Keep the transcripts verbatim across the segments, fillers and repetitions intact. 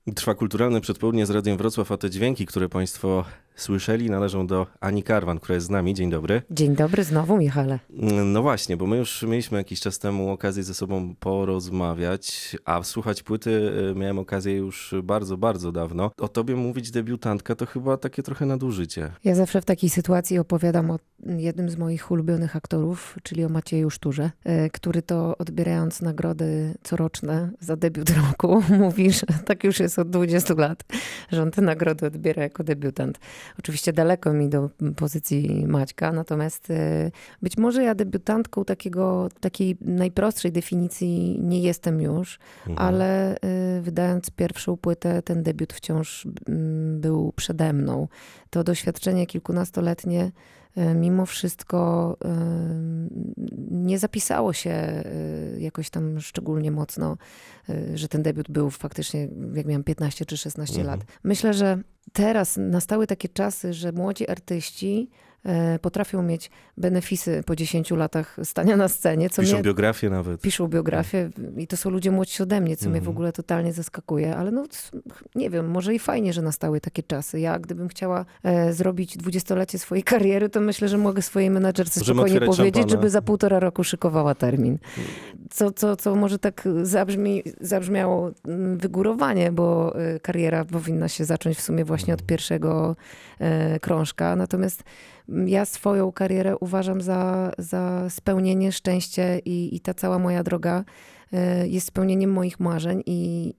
Trwa kulturalne przedpołudnie z Radiem Wrocław, a te dźwięki, które Państwo słyszeli, należą do Ani Karwan, która jest z nami. Dzień dobry. Dzień dobry znowu, Michale. No właśnie, bo my już mieliśmy jakiś czas temu okazję ze sobą porozmawiać, a słuchać płyty miałem okazję już bardzo, bardzo dawno. O tobie mówić debiutantka to chyba takie trochę nadużycie. Ja zawsze w takiej sytuacji opowiadam o jednym z moich ulubionych aktorów, czyli o Macieju Szturze, który to odbierając nagrody coroczne za debiut roku mówi, że tak już jest od dwudziestu lat, że on te nagrody odbiera jako debiutant. Oczywiście daleko mi do pozycji Maćka, natomiast być może ja debiutantką takiego, takiej najprostszej definicji nie jestem już, mhm. ale wydając pierwszą płytę, ten debiut wciąż był przede mną. To doświadczenie kilkunastoletnie mimo wszystko nie zapisało się jakoś tam szczególnie mocno, że ten debiut był faktycznie, jak miałam piętnaście czy szesnaście mhm. lat. Myślę, że teraz nastały takie czasy, że młodzi artyści potrafią mieć benefisy po dziesięciu latach stania na scenie. Co piszą mnie, biografię nawet. Piszą biografię i to są ludzie młodsi ode mnie, co mhm. mnie w ogóle totalnie zaskakuje. Ale no, nie wiem, może i fajnie, że nastały takie czasy. Ja gdybym chciała e, zrobić dwudziestolecie swojej kariery, to myślę, że mogę swojej menadżerce Możemy spokojnie powiedzieć, szampana. żeby za półtora roku szykowała termin. Co, co, co może tak zabrzmi, zabrzmiało wygórowanie, bo e, kariera powinna się zacząć w sumie właśnie od pierwszego e, krążka. Natomiast ja swoją karierę uważam za, za spełnienie, szczęście i, i ta cała moja droga y, jest spełnieniem moich marzeń i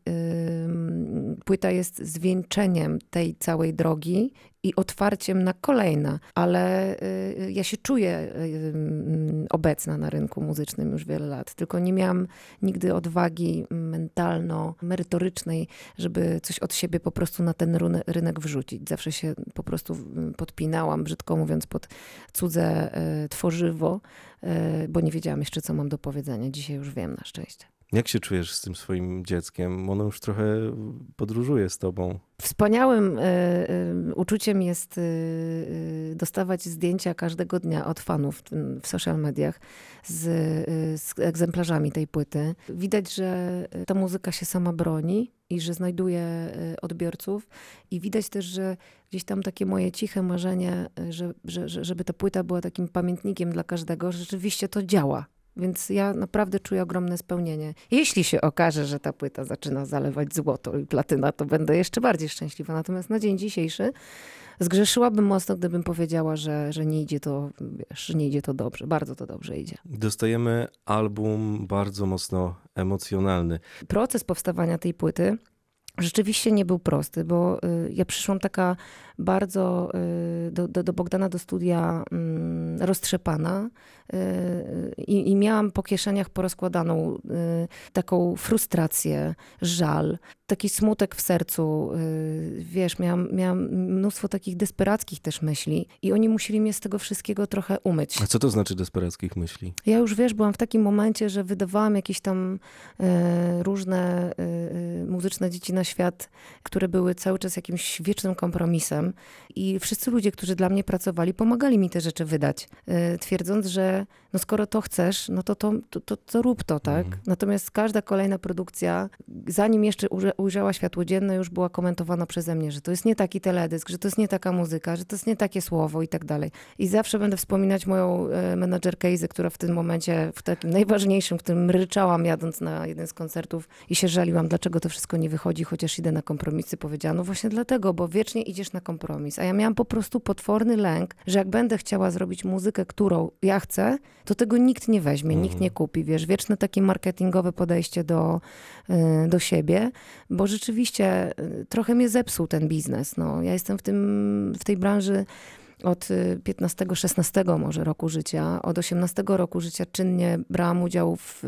y, płyta jest zwieńczeniem tej całej drogi i otwarciem na kolejne, ale y, ja się czuję y, obecna na rynku muzycznym już wiele lat, tylko nie miałam nigdy odwagi mentalno-merytorycznej, żeby coś od siebie po prostu na ten rynek wrzucić. Zawsze się po prostu podpinałam, brzydko mówiąc, pod cudze y, tworzywo, y, bo nie wiedziałam jeszcze, co mam do powiedzenia. Dzisiaj już wiem, na szczęście. Jak się czujesz z tym swoim dzieckiem? Ono już trochę podróżuje z tobą. Wspaniałym y, y, uczuciem jest y, y, dostawać zdjęcia każdego dnia od fanów w social mediach z, y, z egzemplarzami tej płyty. Widać, że ta muzyka się sama broni i że znajduje odbiorców. I widać też, że gdzieś tam takie moje ciche marzenie, że, że, że, żeby ta płyta była takim pamiętnikiem dla każdego, rzeczywiście to działa. Więc ja naprawdę czuję ogromne spełnienie. Jeśli się okaże, że ta płyta zaczyna zalewać złoto i platyna, to będę jeszcze bardziej szczęśliwa. Natomiast na dzień dzisiejszy zgrzeszyłabym mocno, gdybym powiedziała, że, że nie idzie to, wiesz, że nie idzie to dobrze. Bardzo to dobrze idzie. Dostajemy album bardzo mocno emocjonalny. Proces powstawania tej płyty rzeczywiście nie był prosty, bo y, ja przyszłam taka bardzo y, do, do, do Bogdana do studia y, roztrzepana y, i miałam po kieszeniach porozkładaną y, taką frustrację, żal, taki smutek w sercu. Y, wiesz, miałam, miałam mnóstwo takich desperackich też myśli i oni musieli mnie z tego wszystkiego trochę umyć. A co to znaczy desperackich myśli? Ja już, wiesz, byłam w takim momencie, że wydawałam jakieś tam y, różne y, muzyczne dzieci na świat, które były cały czas jakimś wiecznym kompromisem i wszyscy ludzie, którzy dla mnie pracowali, pomagali mi te rzeczy wydać, yy, twierdząc, że no skoro to chcesz, no to, to, to, to, to rób to, tak? Mhm. Natomiast każda kolejna produkcja, zanim jeszcze ujrzała światło dzienne, już była komentowana przeze mnie, że to jest nie taki teledysk, że to jest nie taka muzyka, że to jest nie takie słowo i tak dalej. I zawsze będę wspominać moją yy, menadżerkę Izę, która w tym momencie, w takim najważniejszym, w którym ryczałam jadąc na jeden z koncertów i się żaliłam, dlaczego to wszystko nie wychodzi, chociaż idę na kompromisy, powiedziała, no właśnie dlatego, bo wiecznie idziesz na kompromis. A ja miałam po prostu potworny lęk, że jak będę chciała zrobić muzykę, którą ja chcę, to tego nikt nie weźmie, mhm. nikt nie kupi, wiesz, wieczne takie marketingowe podejście do, do siebie, bo rzeczywiście trochę mnie zepsuł ten biznes. No, ja jestem w tym, w tej branży od piętnastego, szesnastego może roku życia. Od osiemnastego roku życia czynnie brałam udział w,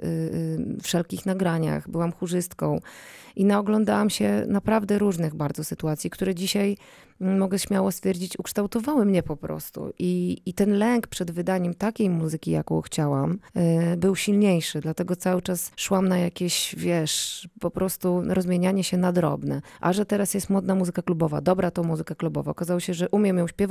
w wszelkich nagraniach. Byłam chórzystką i naoglądałam się naprawdę różnych bardzo sytuacji, które dzisiaj, mogę śmiało stwierdzić, ukształtowały mnie po prostu. I, i ten lęk przed wydaniem takiej muzyki, jaką chciałam, yy, był silniejszy. Dlatego cały czas szłam na jakieś, wiesz, po prostu rozmienianie się na drobne. A że teraz jest modna muzyka klubowa, dobra to muzyka klubowa. Okazało się, że umiem ją śpiewać,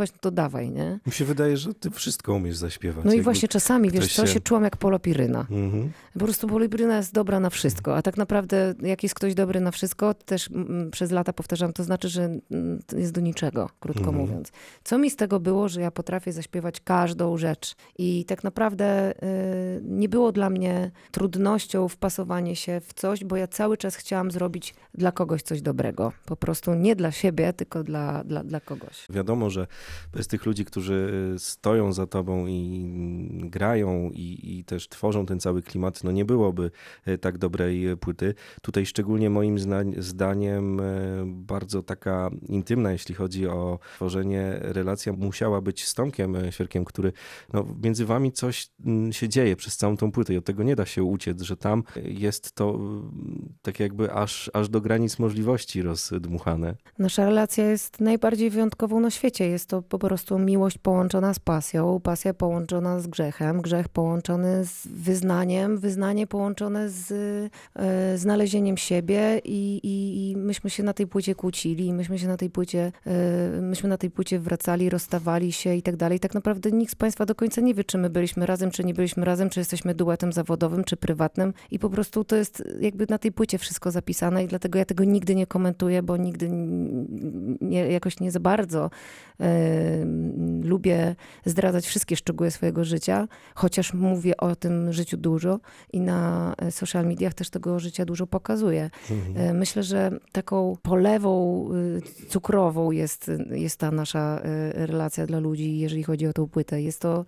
zaśpiewać, to dawaj, nie? Mi się wydaje, że ty wszystko umiesz zaśpiewać. No i Jakby właśnie czasami, wiesz co, się... się czułam jak Polopiryna. Mhm. Po prostu Polopiryna jest dobra na wszystko, a tak naprawdę jak jest ktoś dobry na wszystko, też mm, przez lata powtarzam, to znaczy, że mm, jest do niczego, krótko Mhm. mówiąc. Co mi z tego było, że ja potrafię zaśpiewać każdą rzecz i tak naprawdę y, nie było dla mnie trudnością wpasowanie się w coś, bo ja cały czas chciałam zrobić dla kogoś coś dobrego. Po prostu nie dla siebie, tylko dla, dla, dla kogoś. Wiadomo, że bez tych ludzi, którzy stoją za tobą i grają i, i też tworzą ten cały klimat, no nie byłoby tak dobrej płyty. Tutaj szczególnie moim zdaniem bardzo taka intymna, jeśli chodzi o tworzenie, relacja musiała być z Tomkiem Świerkiem, który no, między wami coś się dzieje przez całą tą płytę i od tego nie da się uciec, że tam jest to tak jakby aż, aż do granic możliwości rozdmuchane. Nasza relacja jest najbardziej wyjątkową na świecie. Jest to po prostu miłość połączona z pasją, pasja połączona z grzechem, grzech połączony z wyznaniem, wyznanie połączone z e, znalezieniem siebie i, i, i myśmy się na tej płycie kłócili, myśmy się na tej płycie, e, myśmy na tej płycie wracali, rozstawali się i tak dalej. Tak naprawdę nikt z Państwa do końca nie wie, czy my byliśmy razem, czy nie byliśmy razem, czy jesteśmy duetem zawodowym, czy prywatnym i po prostu to jest jakby na tej płycie wszystko zapisane i dlatego ja tego nigdy nie komentuję, bo nigdy nie, jakoś nie za bardzo e, lubię zdradzać wszystkie szczegóły swojego życia, chociaż mówię o tym życiu dużo i na social mediach też tego życia dużo pokazuję. Mhm. Myślę, że taką polewą cukrową jest, jest ta nasza relacja dla ludzi, jeżeli chodzi o tą płytę. Jest to,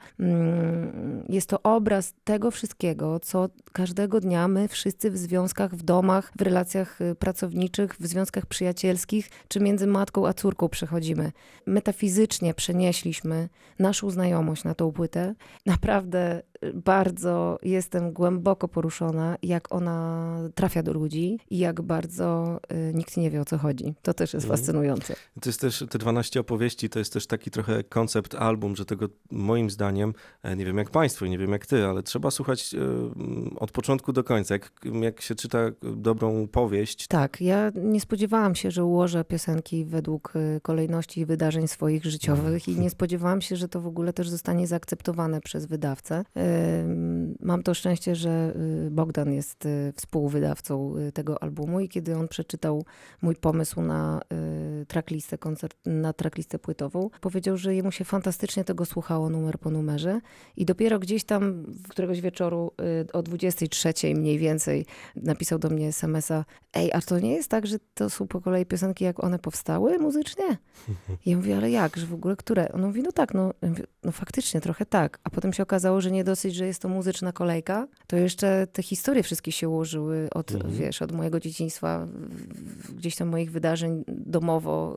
jest to obraz tego wszystkiego, co każdego dnia my wszyscy w związkach, w domach, w relacjach pracowniczych, w związkach przyjacielskich, czy między matką a córką przechodzimy. Metafizycznie przenieśliśmy naszą znajomość na tą płytę. Naprawdę bardzo jestem głęboko poruszona, jak ona trafia do ludzi i jak bardzo y, nikt nie wie, o co chodzi. To też jest fascynujące. To jest też, te dwanaście opowieści, to jest też taki trochę koncept album, że tego moim zdaniem, nie wiem jak państwo i nie wiem jak ty, ale trzeba słuchać y, od początku do końca. Jak, jak się czyta dobrą powieść. Tak, ja nie spodziewałam się, że ułożę piosenki według kolejności wydarzeń swoich życiowych i nie spodziewałam się, że to w ogóle też zostanie zaakceptowane przez wydawcę. Mam to szczęście, że Bogdan jest współwydawcą tego albumu i kiedy on przeczytał mój pomysł na tracklistę, koncert, na tracklistę płytową, powiedział, że jemu się fantastycznie tego słuchało numer po numerze i dopiero gdzieś tam któregoś wieczoru o dwudziestej trzeciej mniej więcej napisał do mnie es em es a: ej, a to nie jest tak, że to są po kolei piosenki, jak one powstały muzycznie? I ja mówię, ale jak, że w ogóle które? On mówi, no tak, no, ja mówię, no faktycznie trochę tak. A potem się okazało, że nie dosyć, że jest to muzyczna kolejka, to jeszcze te historie wszystkie się ułożyły od, mhm. wiesz, od mojego dzieciństwa, gdzieś tam moich wydarzeń domowo,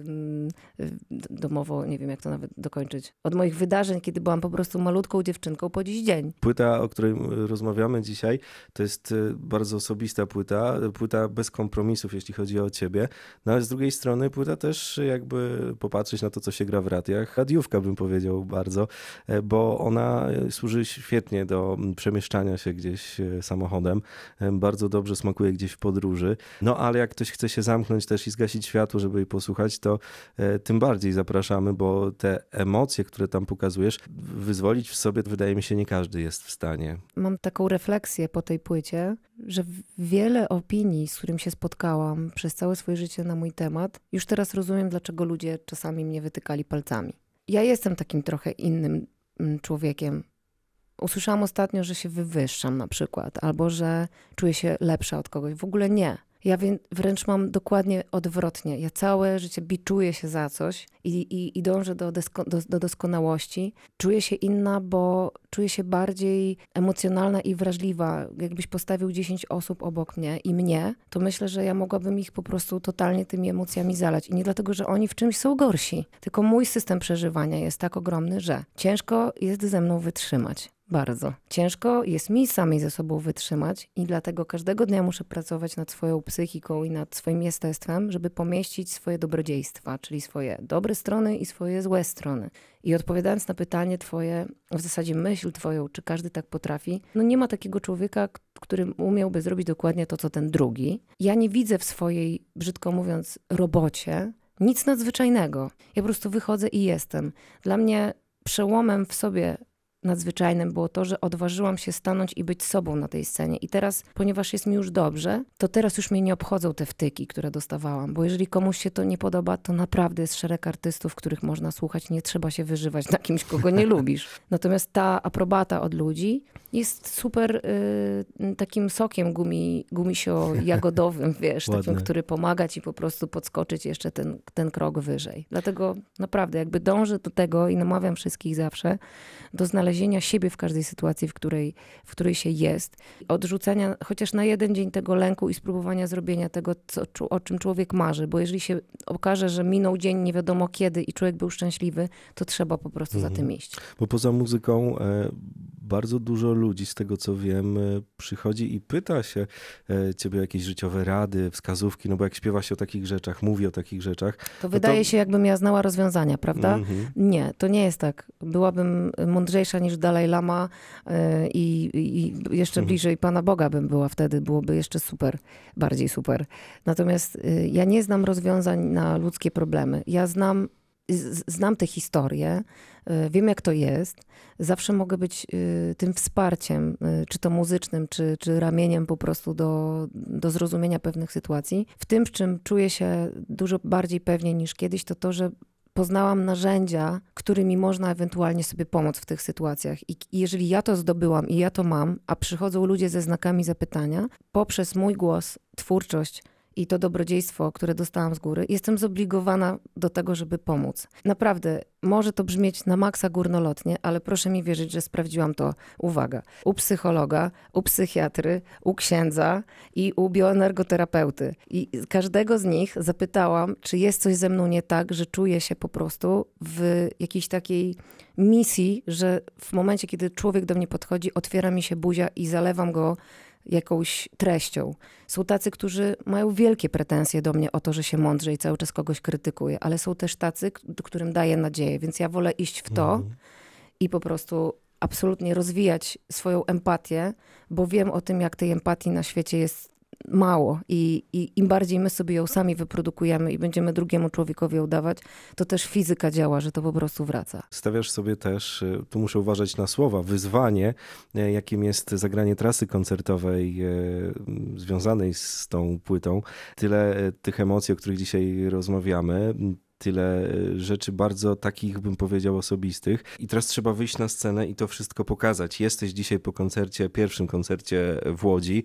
domowo, nie wiem jak to nawet dokończyć, od moich wydarzeń, kiedy byłam po prostu malutką dziewczynką po dziś dzień. Płyta, o której rozmawiamy dzisiaj, to jest bardzo osobista płyta, płyta bez kompromisów, jeśli chodzi o ciebie, no ale z drugiej strony płyta też jakby popatrzeć na to, co się gra w radiach, radiówka bym powiedział bardzo, bo ona służy świetnie do przemieszczania się gdzieś samochodem, bardzo dobrze smakuje gdzieś w podróży, no ale jak ktoś chce się zamknąć też i zgasić światło, żeby jej posłuchać, to tym bardziej zapraszamy, bo te emocje, które tam pokazujesz, wyzwolić w sobie, wydaje mi się, nie każdy jest w stanie. Mam taką refleksję po tej płycie, że wiele opinii, z którym się spotkałam przez całe swoje życie na mój temat, już teraz rozumiem, dlaczego ludzie czasami mnie wytykali palcami. Ja jestem takim trochę innym człowiekiem. Usłyszałam ostatnio, że się wywyższam na przykład, albo że czuję się lepsza od kogoś. W ogóle nie. Ja wręcz mam dokładnie odwrotnie. Ja całe życie biczuję się za coś i, i, i dążę do, desko, do, do doskonałości. Czuję się inna, bo czuję się bardziej emocjonalna i wrażliwa. Jakbyś postawił dziesięć osób obok mnie i mnie, to myślę, że ja mogłabym ich po prostu totalnie tymi emocjami zalać. I nie dlatego, że oni w czymś są gorsi, tylko mój system przeżywania jest tak ogromny, że ciężko jest ze mną wytrzymać. Bardzo. Ciężko jest mi samej ze sobą wytrzymać i dlatego każdego dnia muszę pracować nad swoją psychiką i nad swoim jestestwem, żeby pomieścić swoje dobrodziejstwa, czyli swoje dobre strony i swoje złe strony. I odpowiadając na pytanie twoje, w zasadzie myśl twoją, czy każdy tak potrafi, no nie ma takiego człowieka, który umiałby zrobić dokładnie to, co ten drugi. Ja nie widzę w swojej, brzydko mówiąc, robocie Nic nadzwyczajnego. Ja po prostu wychodzę i jestem. Dla mnie przełomem w sobie nadzwyczajnym było to, że odważyłam się stanąć i być sobą na tej scenie. I teraz, ponieważ jest mi już dobrze, to teraz już mnie nie obchodzą te wtyki, które dostawałam. Bo jeżeli komuś się to nie podoba, to naprawdę jest szereg artystów, których można słuchać. Nie trzeba się wyżywać na kimś, kogo nie lubisz. Natomiast ta aprobata od ludzi jest super y, takim sokiem gumi, gumisio-jagodowym, wiesz, Ładne. takim, który pomaga ci po prostu podskoczyć jeszcze ten, ten krok wyżej. Dlatego naprawdę jakby dążę do tego i namawiam wszystkich zawsze do znalezienia siebie w każdej sytuacji, w której, w której się jest. Odrzucenia chociaż na jeden dzień tego lęku i spróbowania zrobienia tego, co, o czym człowiek marzy. Bo jeżeli się okaże, że minął dzień nie wiadomo kiedy i człowiek był szczęśliwy, to trzeba po prostu mhm. za tym iść. Bo poza muzyką e, bardzo dużo ludzi, z tego co wiem, e, przychodzi i pyta się e, ciebie o jakieś życiowe rady, wskazówki, no bo jak śpiewa się o takich rzeczach, mówi o takich rzeczach. To wydaje to... się, jakbym ja znała rozwiązania, prawda? Mhm. Nie, to nie jest tak. Byłabym mądrzejsza niż Dalaj Lama e, i, i jeszcze Mhm. bliżej Pana Boga bym była wtedy, byłoby jeszcze super, bardziej super. Natomiast e, ja nie znam rozwiązań na ludzkie problemy. Ja znam Znam te historie, wiem jak to jest. Zawsze mogę być tym wsparciem, czy to muzycznym, czy, czy ramieniem po prostu do, do zrozumienia pewnych sytuacji. W tym, w czym czuję się dużo bardziej pewnie niż kiedyś, to to, że poznałam narzędzia, którymi można ewentualnie sobie pomóc w tych sytuacjach. I jeżeli ja to zdobyłam i ja to mam, a przychodzą ludzie ze znakami zapytania, poprzez mój głos, twórczość, i to dobrodziejstwo, które dostałam z góry, jestem zobligowana do tego, żeby pomóc. Naprawdę, może to brzmieć na maksa górnolotnie, ale proszę mi wierzyć, że sprawdziłam to, uwaga, u psychologa, u psychiatry, u księdza i u bioenergoterapeuty. I każdego z nich zapytałam, czy jest coś ze mną nie tak, że czuję się po prostu w jakiejś takiej misji, że w momencie, kiedy człowiek do mnie podchodzi, otwiera mi się buzia i zalewam go jakąś treścią. Są tacy, którzy mają wielkie pretensje do mnie o to, że się mądrze i cały czas kogoś krytykuję, ale są też tacy, którym daję nadzieję, więc ja wolę iść w to mhm. i po prostu absolutnie rozwijać swoją empatię, bo wiem o tym, jak tej empatii na świecie jest mało i, i im bardziej my sobie ją sami wyprodukujemy i będziemy drugiemu człowiekowi ją dawać, to też fizyka działa, że to po prostu wraca. Stawiasz sobie też, tu muszę uważać na słowa, wyzwanie, jakim jest zagranie trasy koncertowej e, związanej z tą płytą. Tyle tych emocji, o których dzisiaj rozmawiamy, tyle rzeczy bardzo takich, bym powiedział, osobistych. I teraz trzeba wyjść na scenę i to wszystko pokazać. Jesteś dzisiaj po koncercie, pierwszym koncercie w Łodzi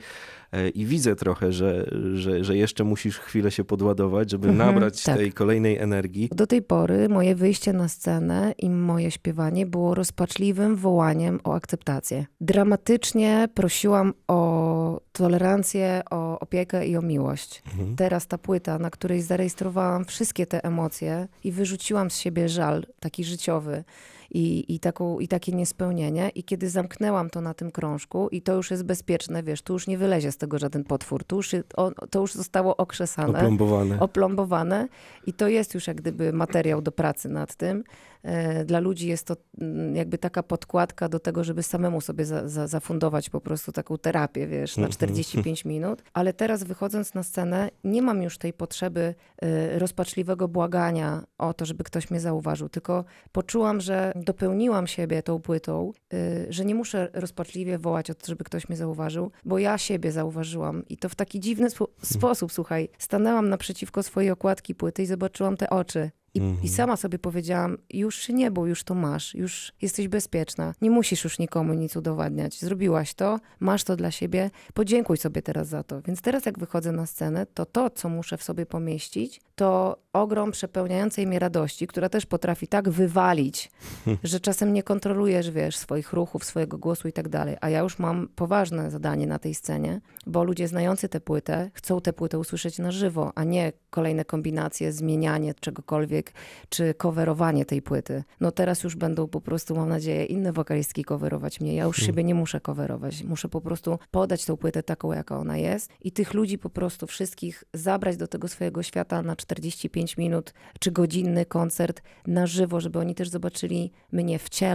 i widzę trochę, że, że, że jeszcze musisz chwilę się podładować, żeby mhm, nabrać tak. tej kolejnej energii. Do tej pory moje wyjście na scenę i moje śpiewanie było rozpaczliwym wołaniem o akceptację. Dramatycznie prosiłam o tolerancję, o opiekę i o miłość. Mhm. Teraz ta płyta, na której zarejestrowałam wszystkie te emocje i wyrzuciłam z siebie żal, taki życiowy i, i, taką, i takie niespełnienie. I kiedy zamknęłam to na tym krążku i to już jest bezpieczne, wiesz, tu już nie wylezie z tego żaden potwór, tu już, on, to już zostało okrzesane. Oplombowane. Oplombowane i to jest już jak gdyby materiał do pracy nad tym. Dla ludzi jest to jakby taka podkładka do tego, żeby samemu sobie za, za, zafundować po prostu taką terapię, wiesz, na czterdzieści pięć minut. Ale teraz wychodząc na scenę, nie mam już tej potrzeby rozpaczliwego błagania o to, żeby ktoś mnie zauważył, tylko poczułam, że dopełniłam siebie tą płytą, że nie muszę rozpaczliwie wołać o to, żeby ktoś mnie zauważył, bo ja siebie zauważyłam i to w taki dziwny spo- sposób, słuchaj, stanęłam naprzeciwko swojej okładki płyty i zobaczyłam te oczy. I, mhm. I sama sobie powiedziałam, już się nie bój, już to masz, już jesteś bezpieczna. Nie musisz już nikomu nic udowadniać. Zrobiłaś to, masz to dla siebie, podziękuj sobie teraz za to. Więc teraz jak wychodzę na scenę, to to, co muszę w sobie pomieścić, to ogrom przepełniającej mnie radości, która też potrafi tak wywalić, że czasem nie kontrolujesz, wiesz, swoich ruchów, swojego głosu i tak dalej. A ja już mam poważne zadanie na tej scenie, bo ludzie znający tę płytę chcą tę płytę usłyszeć na żywo, a nie kolejne kombinacje, zmienianie czegokolwiek, czy coverowanie tej płyty. No teraz już będą po prostu, mam nadzieję, inne wokalistki coverować mnie. Ja już hmm. siebie nie muszę coverować. Muszę po prostu podać tą płytę taką, jaka ona jest i tych ludzi po prostu wszystkich zabrać do tego swojego świata na czterdzieści pięć minut, czy godzinny koncert na żywo, żeby oni też zobaczyli mnie w ciele,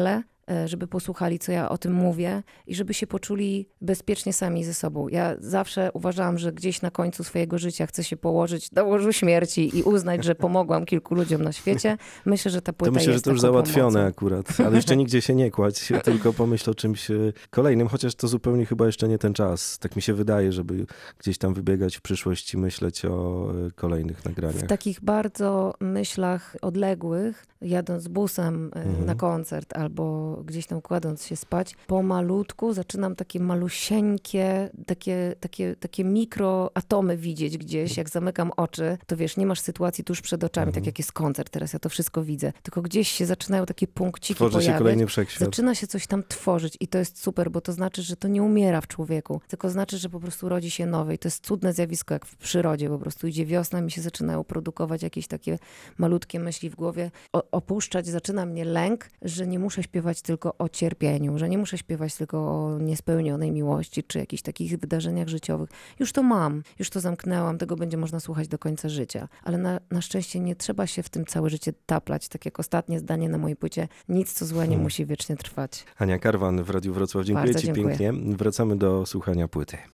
e, żeby posłuchali, co ja o tym mówię i żeby się poczuli bezpiecznie sami ze sobą. Ja zawsze uważałam, że gdzieś na końcu swojego życia chcę się położyć do łożu śmierci i uznać, że pomogłam kilku ludziom na świecie. Myślę, że ta płyta To myślę, jest że to już taką załatwione pomocą. akurat, ale jeszcze nigdzie się nie kładź, tylko pomyśl o czymś e, kolejnym, chociaż to zupełnie chyba jeszcze nie ten czas. Tak mi się wydaje, żeby gdzieś tam wybiegać w przyszłość i myśleć o e, kolejnych nagraniach. W takich bardzo myślach odległych, jadąc busem e, Mhm. na koncert albo gdzieś tam kładąc się spać, pomalutku zaczynam takie malusieńkie, takie, takie, takie mikroatomy widzieć gdzieś. Jak zamykam oczy, to wiesz, nie masz sytuacji tuż przed oczami, Mhm. tak jak jest koncert, teraz ja to wszystko widzę. Tylko gdzieś się zaczynają takie punkciki Tworzy się pojawiać. kolejny wszechświat. Zaczyna się coś tam tworzyć i to jest super, bo to znaczy, że to nie umiera w człowieku, tylko znaczy, że po prostu rodzi się nowe i to jest cudne zjawisko, jak w przyrodzie po prostu idzie wiosna, mi się zaczynają produkować jakieś takie malutkie myśli w głowie. O, opuszczać zaczyna mnie lęk, że nie muszę śpiewać tylko o cierpieniu, że nie muszę śpiewać tylko o niespełnionej miłości, czy jakichś takich wydarzeniach życiowych. Już to mam, już to zamknęłam, tego będzie można słuchać do końca życia. Ale na, na szczęście nie trzeba się w tym całe życie taplać, tak jak ostatnie zdanie na mojej płycie, nic co złe nie Hmm. musi wiecznie trwać. Ania Karwan w Radiu Wrocław. Dziękuję Bardzo ci dziękuję. pięknie. Wracamy do słuchania płyty.